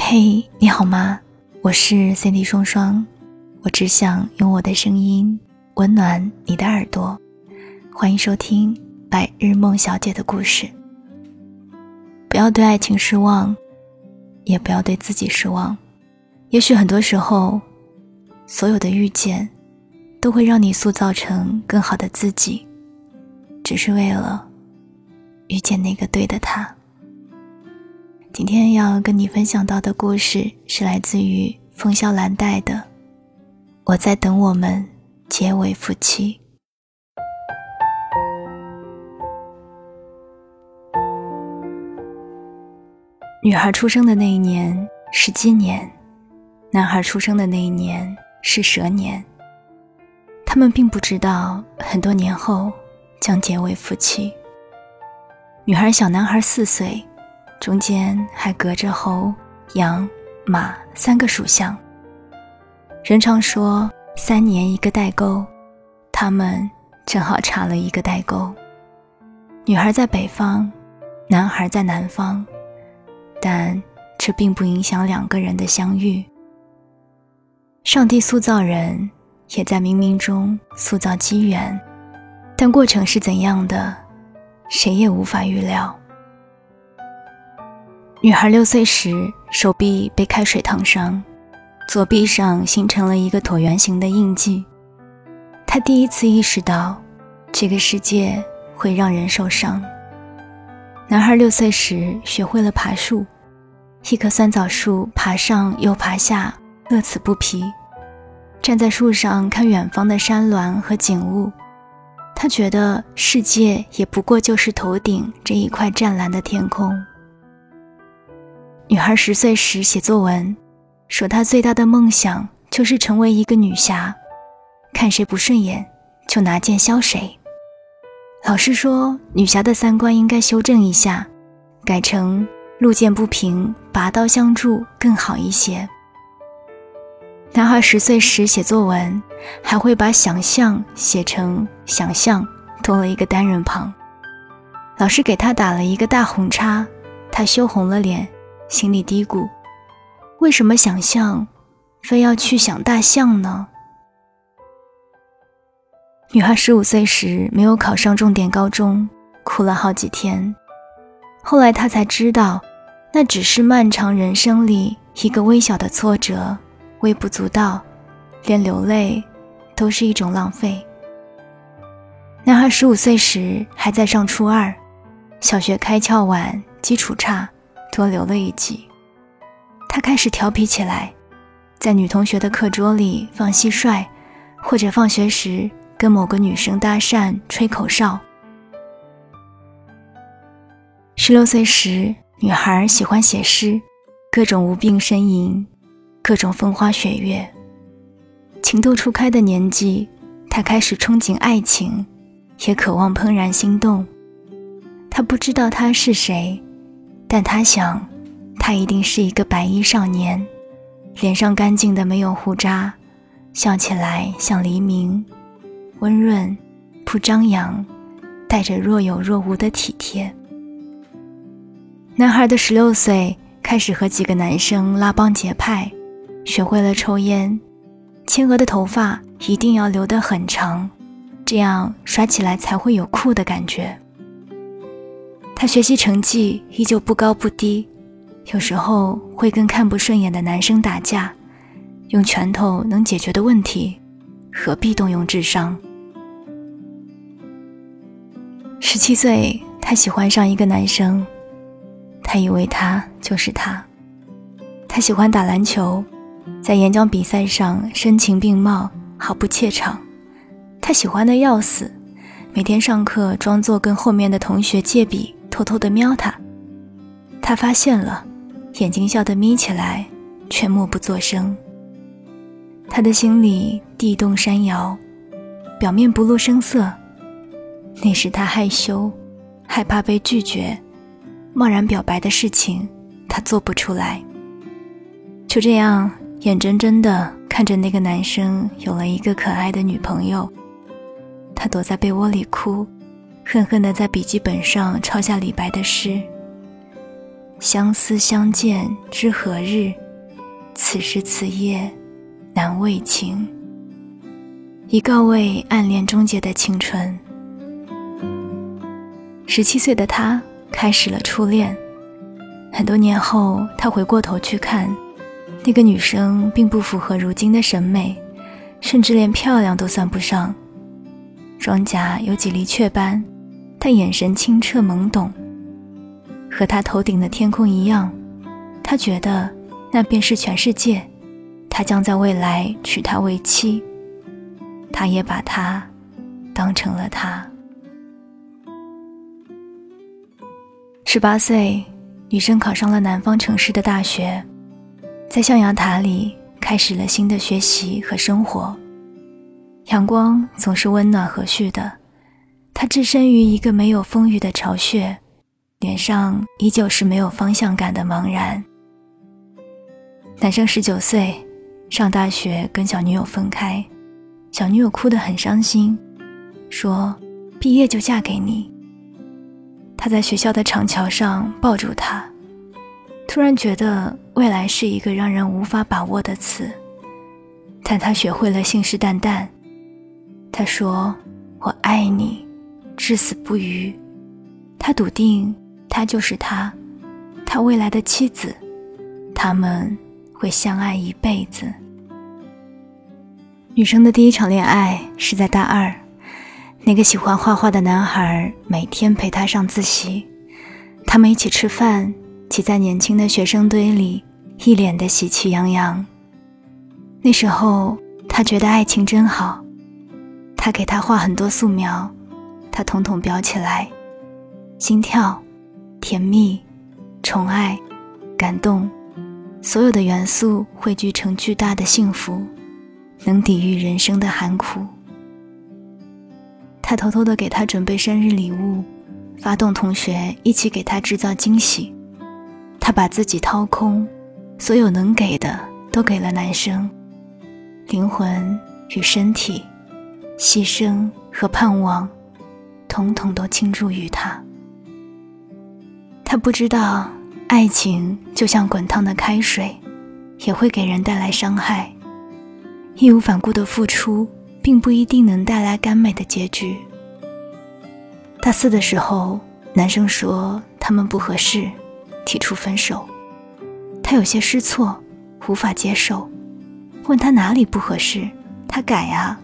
嘿，你好吗？我是 Cindy 双双，我只想用我的声音温暖你的耳朵。欢迎收听白日梦小姐的故事。不要对爱情失望，也不要对自己失望。也许很多时候，所有的遇见都会让你塑造成更好的自己，只是为了遇见那个对的他。今天要跟你分享到的故事是来自于风萧兰黛的《我在等我们结为夫妻》。女孩出生的那一年是鸡年，男孩出生的那一年是蛇年。他们并不知道很多年后将结为夫妻。女孩小男孩4岁，中间还隔着猴、羊、马3个属相。人常说3年一个代沟，他们正好差了一个代沟。女孩在北方，男孩在南方，但这并不影响2个人的相遇。上帝塑造人，也在冥冥中塑造机缘，但过程是怎样的，谁也无法预料。女孩6岁时，手臂被开水烫伤，左臂上形成了一个椭圆形的印记。她第一次意识到，这个世界会让人受伤。男孩6岁时学会了爬树，一棵酸枣树爬上又爬下，乐此不疲。站在树上看远方的山峦和景物，他觉得世界也不过就是头顶这一块湛蓝的天空。女孩10岁时写作文，说她最大的梦想就是成为一个女侠，看谁不顺眼就拿剑削谁。老师说女侠的3观应该修正一下，改成路见不平拔刀相助更好一些。男孩10岁时写作文，还会把想象写成想象，多了一个单人旁。老师给他打了一个大红叉，他羞红了脸，心里嘀咕，为什么想象非要去想大象呢？女孩15岁时没有考上重点高中，哭了好几天。后来她才知道，那只是漫长人生里一个微小的挫折，微不足道，连流泪都是一种浪费。男孩15岁时还在上初2，小学开窍晚，基础差，多留了一级。他开始调皮起来，在女同学的课桌里放蟋蟀，或者放学时跟某个女生搭讪吹口哨。16岁时，女孩喜欢写诗，各种无病呻吟，各种风花雪月。情窦初开的年纪，她开始憧憬爱情，也渴望怦然心动。她不知道他是谁，但她想，他一定是一个白衣少年，脸上干净的没有胡渣，笑起来像黎明，温润不张扬，带着若有若无的体贴。男孩的16岁开始和几个男生拉帮结派，学会了抽烟，天鹅的头发一定要留得很长，这样甩起来才会有酷的感觉。他学习成绩依旧不高不低，有时候会跟看不顺眼的男生打架，用拳头能解决的问题，何必动用智商？17岁，他喜欢上一个男生，他以为他就是他。他喜欢打篮球，在演讲比赛上声情并茂，毫不怯场。他喜欢的要死，每天上课装作跟后面的同学借笔，偷偷地瞄他。他发现了，眼睛笑得眯起来，却默不作声。他的心里地动山摇，表面不露声色，那时他害羞，害怕被拒绝，贸然表白的事情他做不出来。就这样眼睁睁地看着那个男生有了一个可爱的女朋友，他躲在被窝里哭，恨恨地在笔记本上抄下李白的诗。 相思相见知何日，此时此夜难为情。以告慰暗恋终结的青春。17岁的他开始了初恋，很多年后他回过头去看，那个女生并不符合如今的审美，甚至连漂亮都算不上。双颊有几粒雀斑，但眼神清澈懵懂，和他头顶的天空一样，他觉得那便是全世界，他将在未来娶她为妻，他也把她当成了他。18岁，女生考上了南方城市的大学，在象牙塔里开始了新的学习和生活。阳光总是温暖和煦的，她置身于一个没有风雨的巢穴，脸上依旧是没有方向感的茫然。男生19岁，上大学跟小女友分开，小女友哭得很伤心，说毕业就嫁给你。他在学校的长桥上抱住她，突然觉得未来是一个让人无法把握的词，但他学会了信誓旦旦。他说我爱你至死不渝，他笃定他就是他未来的妻子，他们会相爱一辈子。女生的第一场恋爱是在大二，那个喜欢画画的男孩每天陪她上自习，他们一起吃饭，挤在年轻的学生堆里，一脸的喜气洋洋。那时候他觉得爱情真好，他给他画很多素描，他统统标起来，心跳、甜蜜、宠爱、感动，所有的元素汇聚成巨大的幸福，能抵御人生的寒苦。他偷偷地给他准备生日礼物，发动同学一起给他制造惊喜。他把自己掏空，所有能给的都给了男生，灵魂与身体，牺牲和盼望，统统都倾注于他。他不知道，爱情就像滚烫的开水，也会给人带来伤害。义无反顾的付出，并不一定能带来甘美的结局。大4的时候，男生说他们不合适，提出分手。他有些失措，无法接受，问他哪里不合适，他改啊。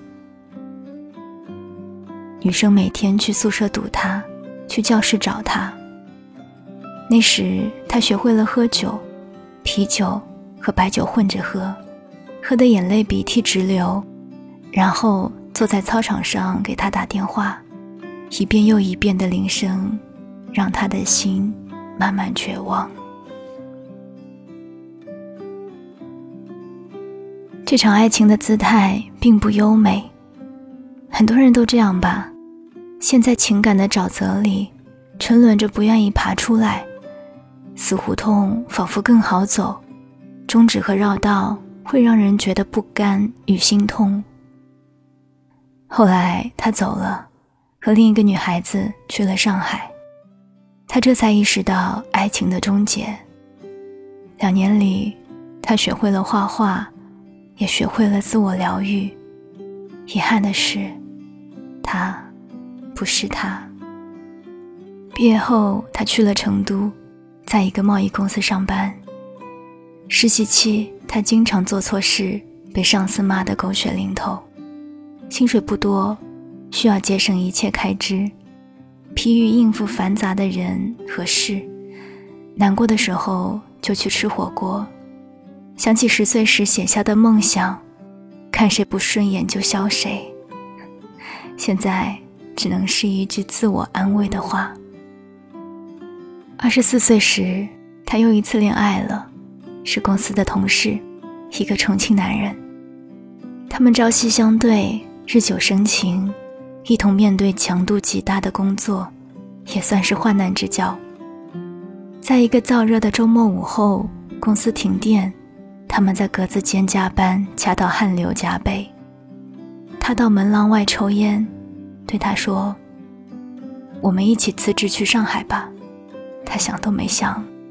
女生每天去宿舍堵他，去教室找他。那时他学会了喝酒，啤酒和白酒混着喝，喝得眼泪鼻涕直流，然后坐在操场上给他打电话，一遍又一遍的铃声让他的心慢慢绝望。这场爱情的姿态并不优美，很多人都这样吧，陷在情感的沼泽里，沉沦着不愿意爬出来，死胡同仿佛更好走，终止和绕道会让人觉得不甘与心痛。后来他走了，和另一个女孩子去了上海，他这才意识到爱情的终结。2年里，他学会了画画，也学会了自我疗愈。遗憾的是，他不是他。毕业后，他去了成都，在一个贸易公司上班。实习期，他经常做错事，被上司骂得狗血淋头。薪水不多，需要节省一切开支，疲于应付繁杂的人和事，难过的时候就去吃火锅，想起10岁时写下的梦想，看谁不顺眼就削谁，现在只能是一句自我安慰的话。24岁时，他又一次恋爱了，是公司的同事，一个重庆男人。他们朝夕相对，日久生情，一同面对强度极大的工作，也算是患难之交。在一个燥热的周末午后，公司停电，他们在格子间加班，掐到汗流浃背。他到门廊外抽烟，对他说：“我们一起辞职去上海吧。”他想都没想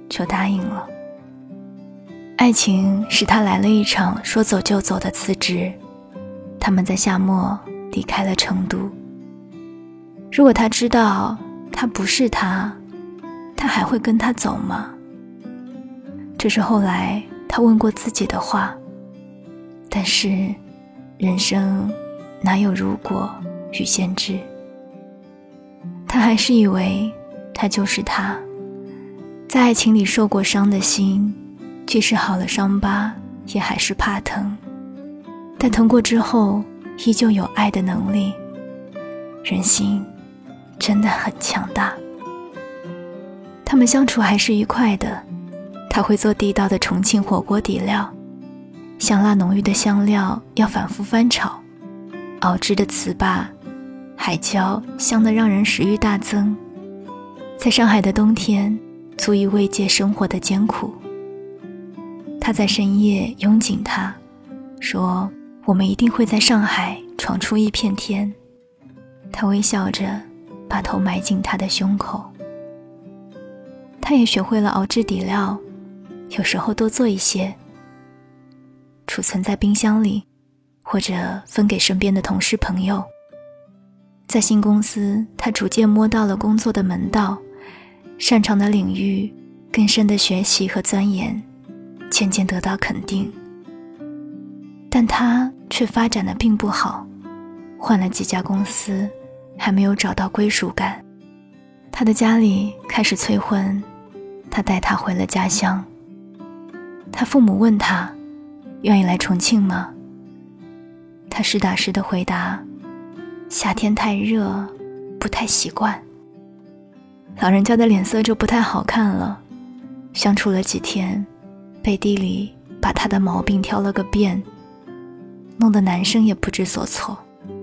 就答应了。爱情使他来了一场说走就走的辞职，他们在夏末离开了成都。如果他知道他不是他还会跟他走吗？这是后来他问过自己的话。但是人生哪有如果与先知？他还是以为他就是他，在爱情里受过伤的心，即使好了伤疤也还是怕疼，但疼过之后依旧有爱的能力。人心真的很强大。他们相处还是愉快的，他会做地道的重庆火锅底料，香辣浓郁的香料要反复翻炒，熬制的糍粑、海椒香得让人食欲大增。在上海的冬天足以慰藉生活的艰苦。他在深夜拥紧他，说我们一定会在上海闯出一片天。他微笑着把头埋进他的胸口。他也学会了熬制底料，有时候多做一些，储存在冰箱里，或者分给身边的同事朋友。在新公司，他逐渐摸到了工作的门道，擅长的领域，更深的学习和钻研，渐渐得到肯定。但他却发展得并不好，换了几家公司，还没有找到归属感。他的家里开始催婚，他带他回了家乡。他父母问他，愿意来重庆吗？他实打实的回答，夏天太热，不太习惯。老人家的脸色就不太好看了，相处了几天，背地里把他的毛病挑了个遍，弄得男生也不知所措。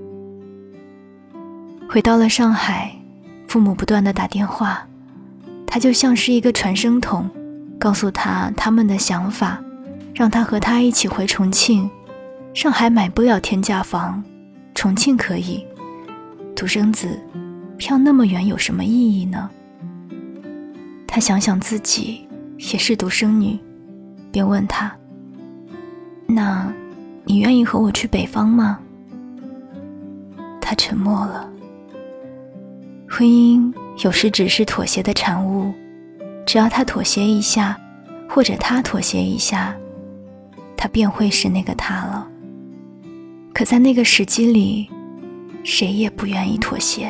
回到了上海，父母不断地打电话，他就像是一个传声筒，告诉他他们的想法，让他和他一起回重庆。上海买不了天价房，重庆可以。独生子飘那么远有什么意义呢？他想想自己也是独生女，便问他，那你愿意和我去北方吗？他沉默了。婚姻有时只是妥协的产物，只要他妥协一下，或者他妥协一下，他便会是那个他了。可在那个时机里，谁也不愿意妥协。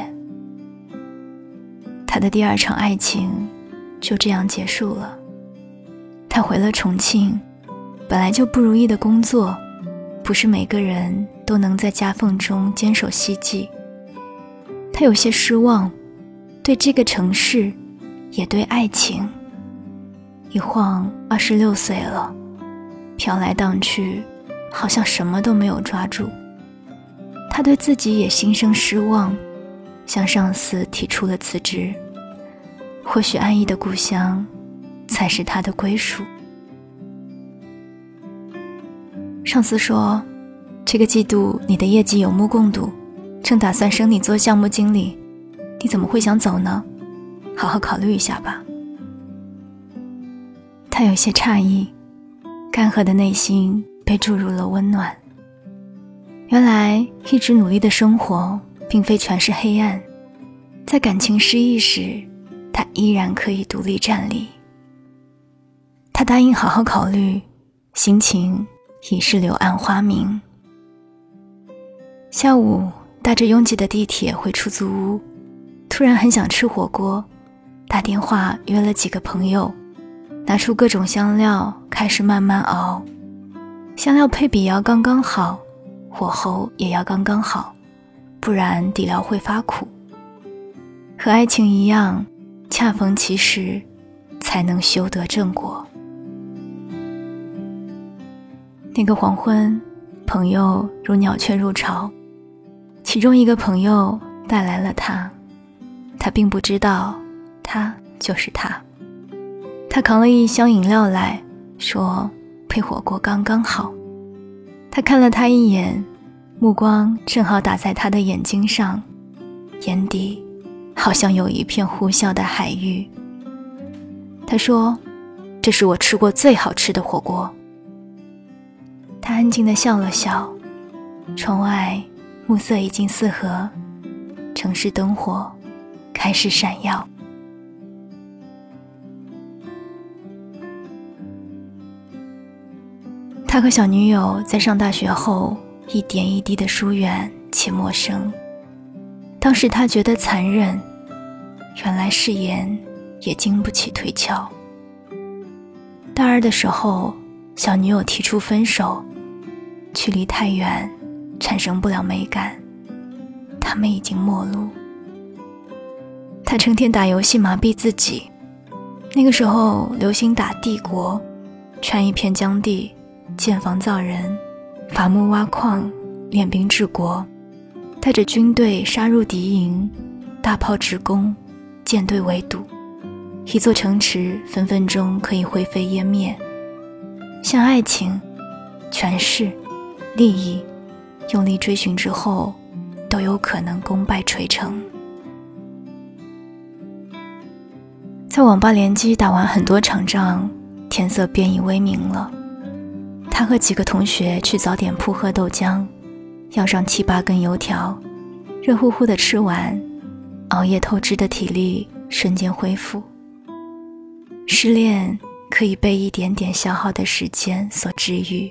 他的第二场爱情就这样结束了。他回了重庆，本来就不如意的工作，不是每个人都能在夹缝中坚守希冀。他有些失望，对这个城市，也对爱情。一晃26岁了，飘来荡去，好像什么都没有抓住。他对自己也心生失望，向上司提出了辞职。或许安逸的故乡才是他的归属。上司说，这个季度你的业绩有目共睹，正打算升你做项目经理，你怎么会想走呢？好好考虑一下吧。他有些诧异，干涸的内心被注入了温暖。原来一直努力的生活并非全是黑暗，在感情失意时，他依然可以独立站立。他答应好好考虑，心情已是柳暗花明。下午搭着拥挤的地铁回出租屋，突然很想吃火锅，打电话约了几个朋友，拿出各种香料开始慢慢熬。香料配比要刚刚好，火候也要刚刚好，不然底料会发苦。和爱情一样，恰逢其时才能修得正果。那个黄昏，朋友如鸟雀入巢，其中一个朋友带来了他，他并不知道他就是他。他扛了一箱饮料来，说配火锅刚刚好。他看了他一眼，目光正好打在他的眼睛上，眼底好像有一片呼啸的海域。他说， 这是我吃过最好吃的火锅。他安静地笑了笑，窗外暮色已经四合，城市灯火开始闪耀。他和小女友在上大学后一点一滴的疏远且陌生，当时他觉得残忍，原来誓言也经不起推敲。大二的时候，小女友提出分手，距离太远，产生不了美感，他们已经陌路。他成天打游戏麻痹自己，那个时候流行打帝国，穿一片疆地，建房造人，伐木挖矿，练兵治国，带着军队杀入敌营，大炮直攻，舰队围堵，一座城池分分钟可以灰飞烟灭。像爱情、权势、利益，用力追寻之后，都有可能功败垂成。在网吧联机打完很多场仗，天色便已微明了。他和几个同学去早点铺喝豆浆，要上7、8根油条，热乎乎的吃完，熬夜透支的体力瞬间恢复。失恋可以被一点点消耗的时间所治愈。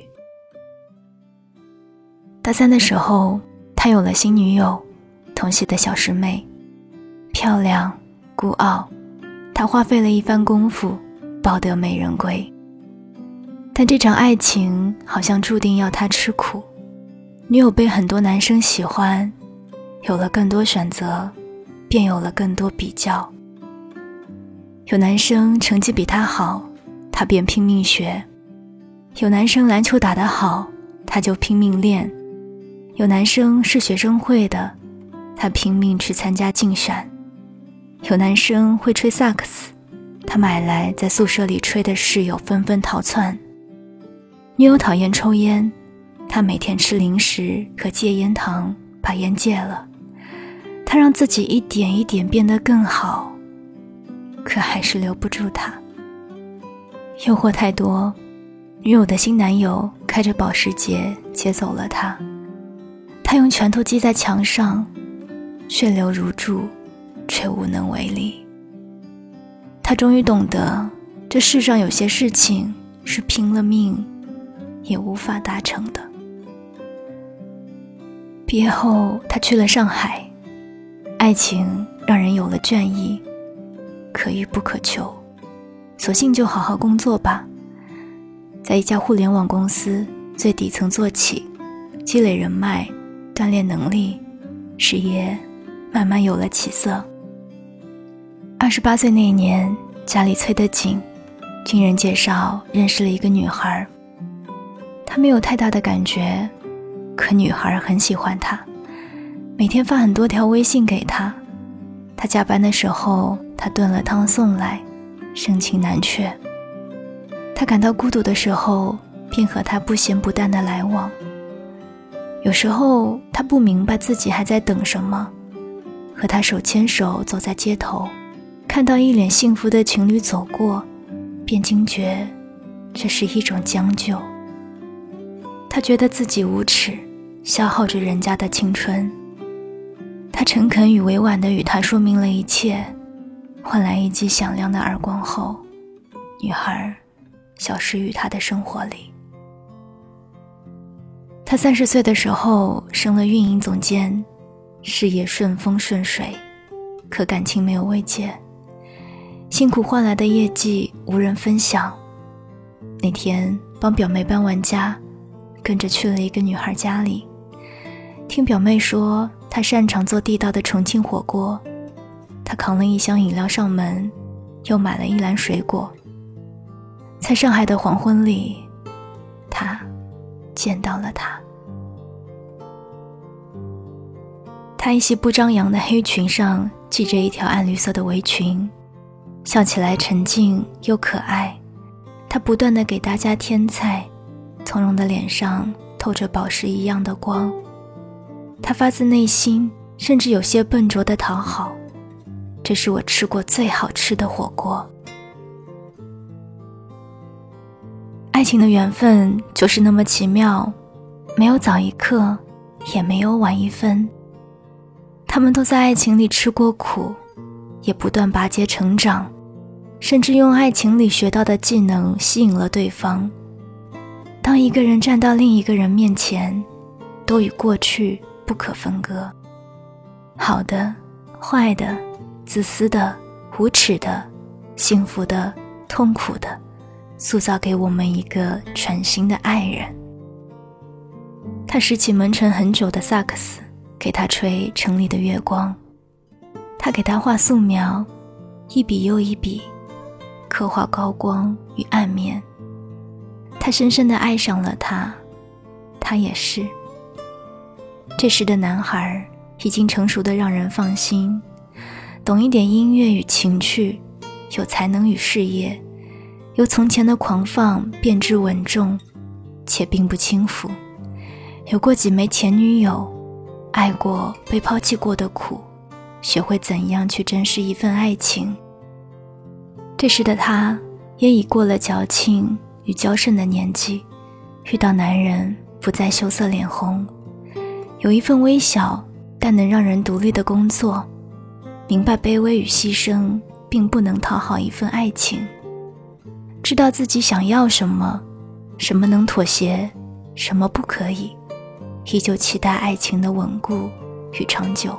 大3的时候，他有了新女友，同系的小师妹，漂亮孤傲，他花费了一番功夫抱得美人归。但这场爱情好像注定要他吃苦，女友被很多男生喜欢，有了更多选择，便有了更多比较。有男生成绩比他好，他便拼命学；有男生篮球打得好，他就拼命练；有男生是学生会的，他拼命去参加竞选；有男生会吹萨克斯，他买来在宿舍里吹的室友纷纷逃窜。女友讨厌抽烟，他每天吃零食和戒烟糖，把烟戒了。他让自己一点一点变得更好，可还是留不住他。诱惑太多，女友的新男友开着保时捷接走了他。他用拳头击在墙上，血流如注，却无能为力。他终于懂得，这世上有些事情是拼了命也无法达成的。毕业后，他去了上海，爱情让人有了倦意，可遇不可求，索性就好好工作吧。在一家互联网公司最底层做起，积累人脉，锻炼能力，事业慢慢有了起色。28岁那一年，家里催得紧，军人介绍认识了一个女孩。他没有太大的感觉，可女孩很喜欢他，每天发很多条微信给他。他加班的时候，他炖了汤送来，盛情难却。他感到孤独的时候，便和他不咸不淡的来往。有时候他不明白自己还在等什么，和他手牵手走在街头，看到一脸幸福的情侣走过，便惊觉这是一种将就。他觉得自己无耻，消耗着人家的青春。他诚恳与委婉地与他说明了一切，换来一记响亮的耳光后，女孩消失于他的生活里。他30岁的时候升了运营总监，事业顺风顺水，可感情没有慰藉，辛苦换来的业绩无人分享。那天帮表妹搬完家，跟着去了一个女孩家里，听表妹说她擅长做地道的重庆火锅，她扛了一箱饮料上门，又买了一篮水果。在上海的黄昏里，他见到了她。她一袭不张扬的黑裙上系着一条暗绿色的围裙，笑起来沉静又可爱。她不断地给大家添菜，从容的脸上透着宝石一样的光。她发自内心，甚至有些笨拙地讨好，这是我吃过最好吃的火锅。 爱情的缘分就是那么奇妙，没有早一刻，也没有晚一分。他们都在爱情里吃过苦，也不断拔节成长，甚至用爱情里学到的技能吸引了对方。当一个人站到另一个人面前，都与过去不可分割。好的，坏的，自私的，无耻的，幸福的，痛苦的，塑造给我们一个全新的爱人。他拾起蒙尘很久的萨克斯，给他吹城里的月光。他给他画素描，一笔又一笔，刻画高光与暗面。他深深地爱上了他，他也是。这时的男孩已经成熟得让人放心，懂一点音乐与情趣，有才能与事业，由从前的狂放变至稳重，且并不轻浮。有过几枚前女友，爱过被抛弃过的苦，学会怎样去珍视一份爱情。这时的他也已过了矫情与娇盛的年纪，遇到男人不再羞涩脸红，有一份微小但能让人独立的工作，明白卑微与牺牲并不能讨好一份爱情，知道自己想要什么，什么能妥协，什么不可以，依旧期待爱情的稳固与长久。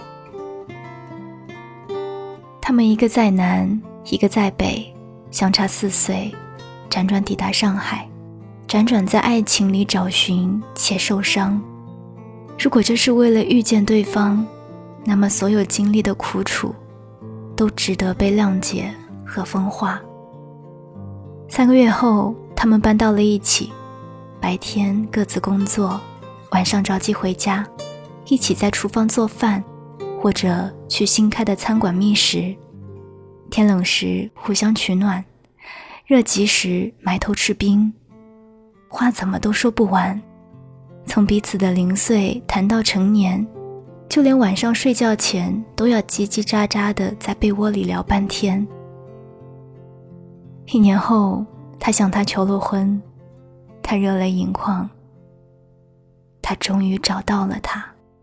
他们一个在南，一个在北，相差4岁，辗转抵达上海，辗转在爱情里找寻且受伤。如果这是为了遇见对方，那么所有经历的苦楚都值得被谅解和风化。3个月后，他们搬到了一起，白天各自工作，晚上着急回家，一起在厨房做饭，或者去新开的餐馆觅食。天冷时互相取暖，热极时埋头吃冰。话怎么都说不完，从彼此的零碎谈到成年，就连晚上睡觉前都要叽叽喳喳地在被窝里聊半天。1年后，他向她求了婚，他热泪盈眶，他终于找到了她。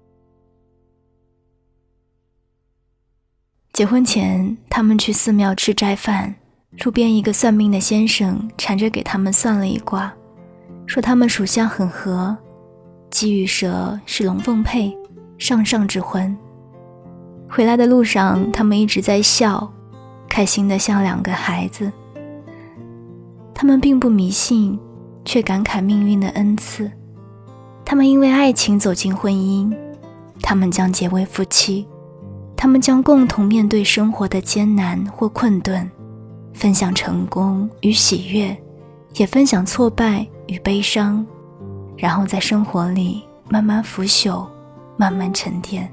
结婚前，他们去寺庙吃斋饭，路边一个算命的先生缠着给他们算了一卦，说他们属相很合，鸡与蛇是龙凤配，上上之婚。回来的路上，他们一直在笑，开心得像2个孩子。他们并不迷信，却感慨命运的恩赐。他们因为爱情走进婚姻，他们将结为夫妻，他们将共同面对生活的艰难或困顿，分享成功与喜悦，也分享挫败与悲伤，然后在生活里慢慢腐朽，慢慢沉淀。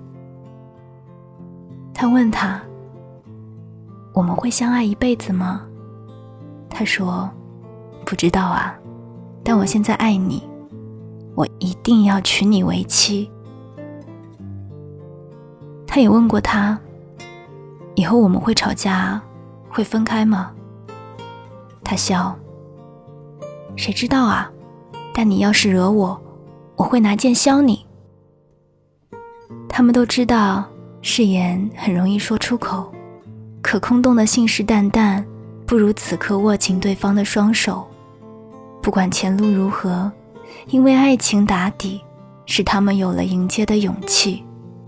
他问他，我们会相爱一辈子吗？他说，不知道啊，但我现在爱你，我一定要娶你为妻。他也问过他，以后我们会吵架，会分开吗？他笑，谁知道啊，但你要是惹我，我会拿剑削你。他们都知道誓言很容易说出口，可空洞的信誓旦旦不如此刻握紧对方的双手。不管前路如何，因为爱情打底，使他们有了迎接的勇气。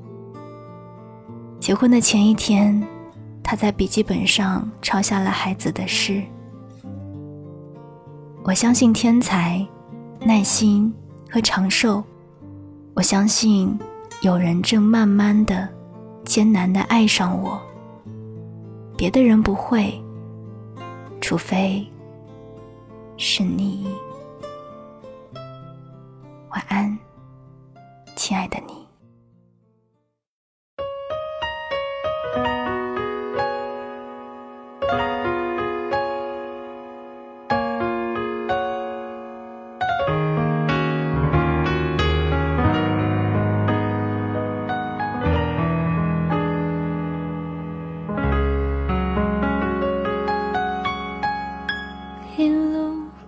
结婚的前一天，他在笔记本上抄下了孩子的诗。我相信天才、耐心和长寿，我相信有人正慢慢的、艰难的爱上我，别的人不会，除非是你。晚安，亲爱的你。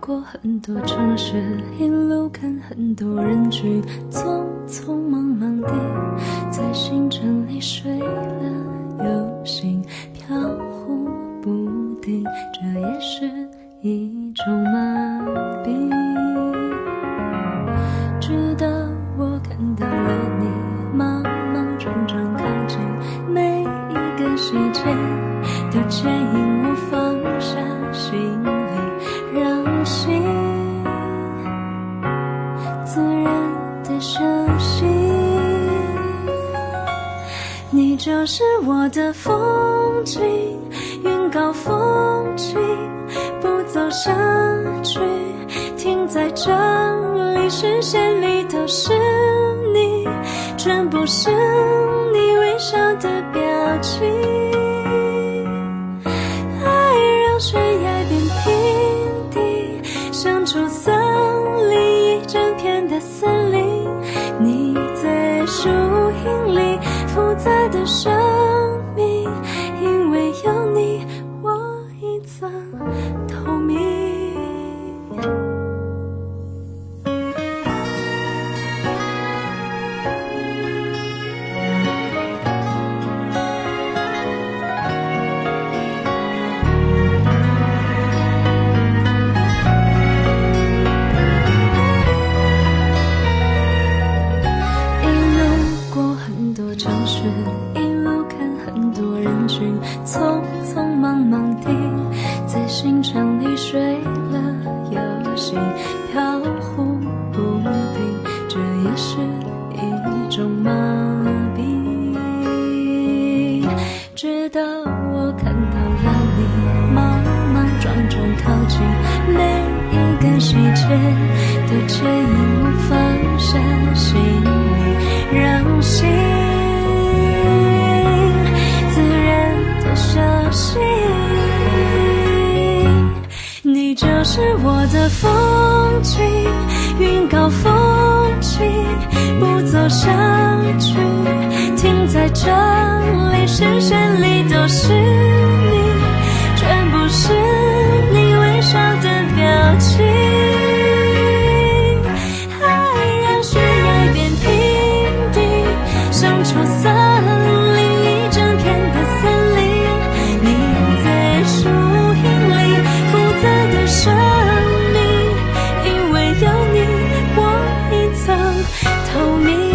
过很多城市，一路看很多人群，匆匆忙忙地在星辰里睡了又醒，飘忽不定，这也是一种麻痹。直到我看到了你莽莽撞撞靠近，每一个细节都牵引我放下行李，让心自然地休息。你就是我的风景，云高风轻，不走下去，停在这里，视线里都是你，全部是你微笑的表情。爱让悬崖变平地，像出森林，一整片的森林。你在树荫里复杂的生命，因为有你，我一层透明。匆匆忙忙地在星辰里睡了又醒，飘忽不定，这也是一种麻痹。直到我看到了你莽莽撞撞靠近，每一个细节都牵引我放下行李，让心休息。你就是我的风景，云高风轻，不走下去，停在这里，视线里都是你，全部是你微笑的表情。爱让悬崖变平地，像出森林，一整片的森林。树荫里复杂的生命，因为有你，我一层透明。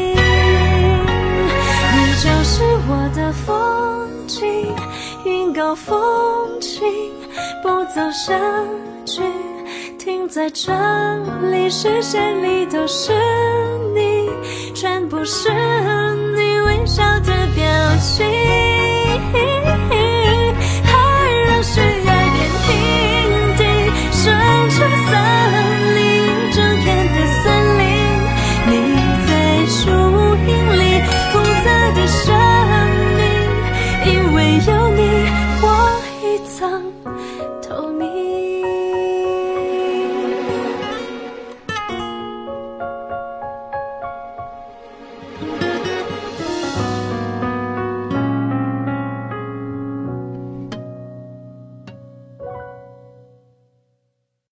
你就是我的风景，云高风轻，不走下去，停在这里，视线里都是你，全部是你微笑的表情。悬崖变平地，生出森林，整片的森林。你在树荫里复杂的生命，因为有你，我一层